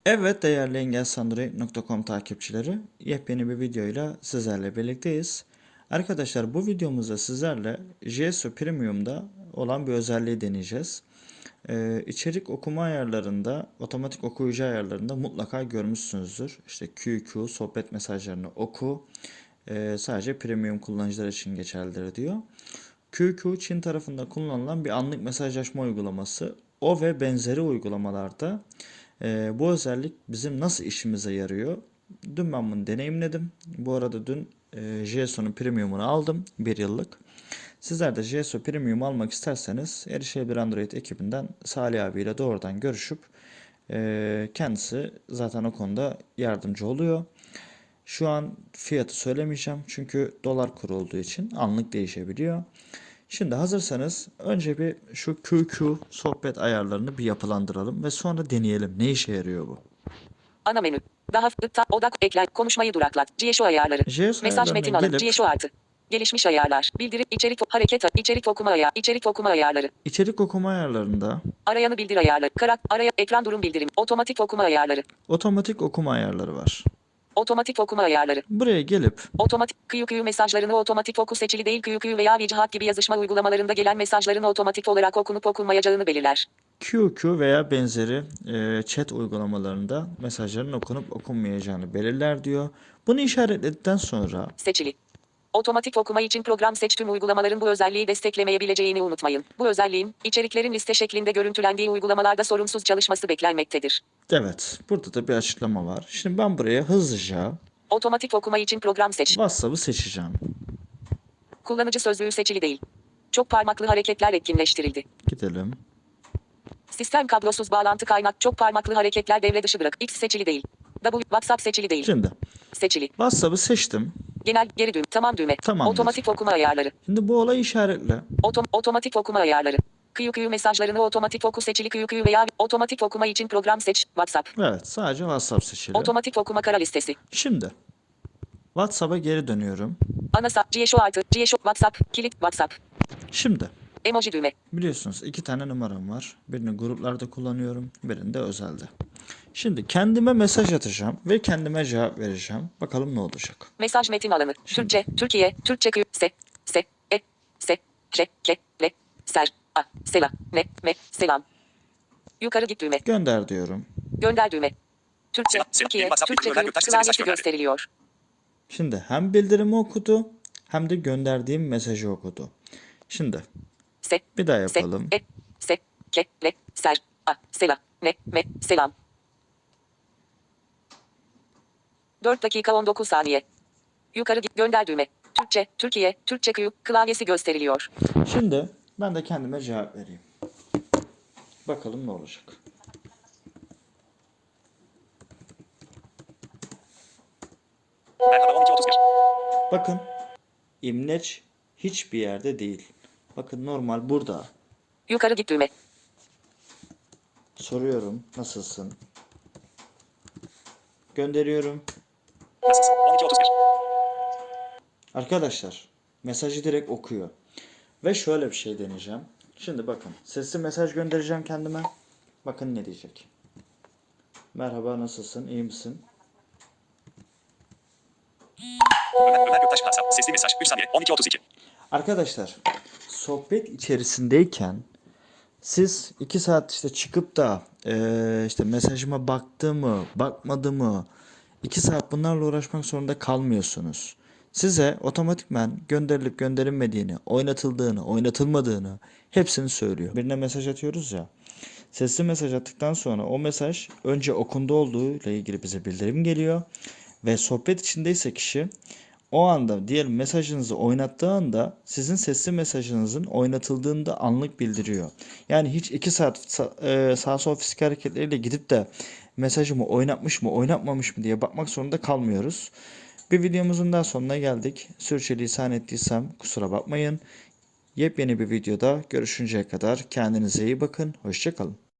Evet değerli engelsandroid.com takipçileri, yepyeni bir videoyla sizlerle birlikteyiz. Arkadaşlar bu videomuzda sizlerle JSO Premium'da olan bir özelliği deneyeceğiz. İçerik okuma ayarlarında, otomatik okuyucu ayarlarında mutlaka görmüşsünüzdür. İşte QQ, sohbet mesajlarını oku, sadece premium kullanıcılar için geçerlidir diyor. QQ Çin tarafında kullanılan bir anlık mesajlaşma uygulaması. O ve benzeri uygulamalarda bu özellik bizim nasıl işimize yarıyor? Dün ben bunu deneyimledim. Bu arada dün JSON'un premiumunu aldım. Bir yıllık. Sizler de JSO Premium almak isterseniz Erişebilir Android ekibinden Salih abiyle doğrudan görüşüp kendisi zaten o konuda yardımcı oluyor. Şu an fiyatı söylemeyeceğim çünkü dolar kuru olduğu için anlık değişebiliyor. Şimdi hazırsanız önce bir şu QQ sohbet ayarlarını bir yapılandıralım ve sonra deneyelim. Ne işe yarıyor bu? Ana menü. Daha odak eklen konuşmayı duraklat. GSO ayarları. JS Mesaj ayarlarına metin alanı. gelip GSO artı. Gelişmiş ayarlar. Bildirim içerik hareket içerik okuma içerik okuma ayarları. içerik okuma ayarlarında Arayanı bildir ayarları. Araya ekran durum bildirim. Otomatik okuma ayarları. otomatik okuma ayarları var. Otomatik okuma ayarları. Buraya gelip Otomatik QQ mesajlarını otomatik oku seçili değil QQ veya WeChat gibi yazışma uygulamalarında gelen mesajların otomatik olarak okunup okunmayacağını belirler. QQ veya benzeri chat uygulamalarında mesajların okunup okunmayacağını belirler diyor. Bunu işaretledikten sonra Seçili. Otomatik okuma için program seç tüm uygulamaların bu özelliği desteklemeyebileceğini unutmayın. Bu özelliğin, içeriklerin liste şeklinde görüntülendiği uygulamalarda sorunsuz çalışması beklenmektedir. evet, burada da bir açıklama var. Şimdi ben buraya hızlıca Otomatik okuma için program seç. WhatsApp'ı seçeceğim. Kullanıcı sözlüğü seçili değil. Çok parmaklı hareketler etkinleştirildi. Gidelim. Sistem kablosuz bağlantı kaynak çok parmaklı hareketler devre dışı bırak. X seçili değil. WhatsApp seçili değil. Şimdi Seçili. WhatsApp'ı seçtim. Genel geri düğüm. Tamam düğme. Tamam dedim. Otomatik okuma ayarları. Şimdi bu olay işaretle. Otomatik okuma ayarları. QQ mesajlarını otomatik oku seçili QQ veya otomatik okuma için program seç. WhatsApp. Evet, sadece WhatsApp seçili. Otomatik okuma kara listesi. Şimdi WhatsApp'a geri dönüyorum. Ana GSO artı GSO WhatsApp kilit WhatsApp. Şimdi Emoji düğme. biliyorsunuz iki tane numaram var. Birini gruplarda kullanıyorum, birini de özelde. Şimdi kendime mesaj atacağım ve kendime cevap vereceğim. Bakalım ne olacak. Mesaj metin alanı. Şimdi. Türkçe, Türkiye, Türkçe ser, selam. Yukarı git düğme. Gönder diyorum. Gönder düğme. Türkçe, Türkiye, Türkçe klavyesi gösteriliyor. Şimdi hem bildirimi okudu hem de gönderdiğim mesajı okudu. Şimdi bir daha yapalım. Selam. 4 dakika 19 saniye. Yukarı git gönder düğme. Türkçe, Türkiye, Türkçe klavyesi gösteriliyor. Şimdi ben de kendime cevap vereyim. Bakalım ne olacak. Merhaba 12.31. Bakın imleç hiçbir yerde değil. Bakın normal burada. Yukarı git düğme. Soruyorum nasılsın? Gönderiyorum. Nasılsın? 12.31. Arkadaşlar mesajı direkt okuyor. Ve şöyle bir şey deneyeceğim. Şimdi bakın sesli mesaj göndereceğim kendime. Bakın ne diyecek. Merhaba nasılsın? İyi misin? Ömer Göktaş WhatsApp. Sesli mesaj 3 saniye 12.32. Arkadaşlar sohbet içerisindeyken siz 2 saat işte çıkıp da işte mesajıma baktı mı bakmadı mı 2 saat bunlarla uğraşmak zorunda kalmıyorsunuz. Size otomatikman gönderilip gönderilmediğini, oynatıldığını, oynatılmadığını hepsini söylüyor. Birine mesaj atıyoruz ya. Sesli mesaj attıktan sonra o mesaj önce okundu olduğu ile ilgili bize bildirim geliyor. Ve sohbet içindeyse kişi o anda diyelim mesajınızı oynattığı anda sizin sesli mesajınızın oynatıldığını da anlık bildiriyor. Yani hiç 2 saat sağ sol fizik hareketleriyle gidip de mesajımı oynatmış mı oynatmamış mı diye bakmak zorunda kalmıyoruz. Bir videomuzun daha sonuna geldik. Sürçülisan ettiysem kusura bakmayın. Yepyeni bir videoda görüşünceye kadar kendinize iyi bakın. Hoşça kalın.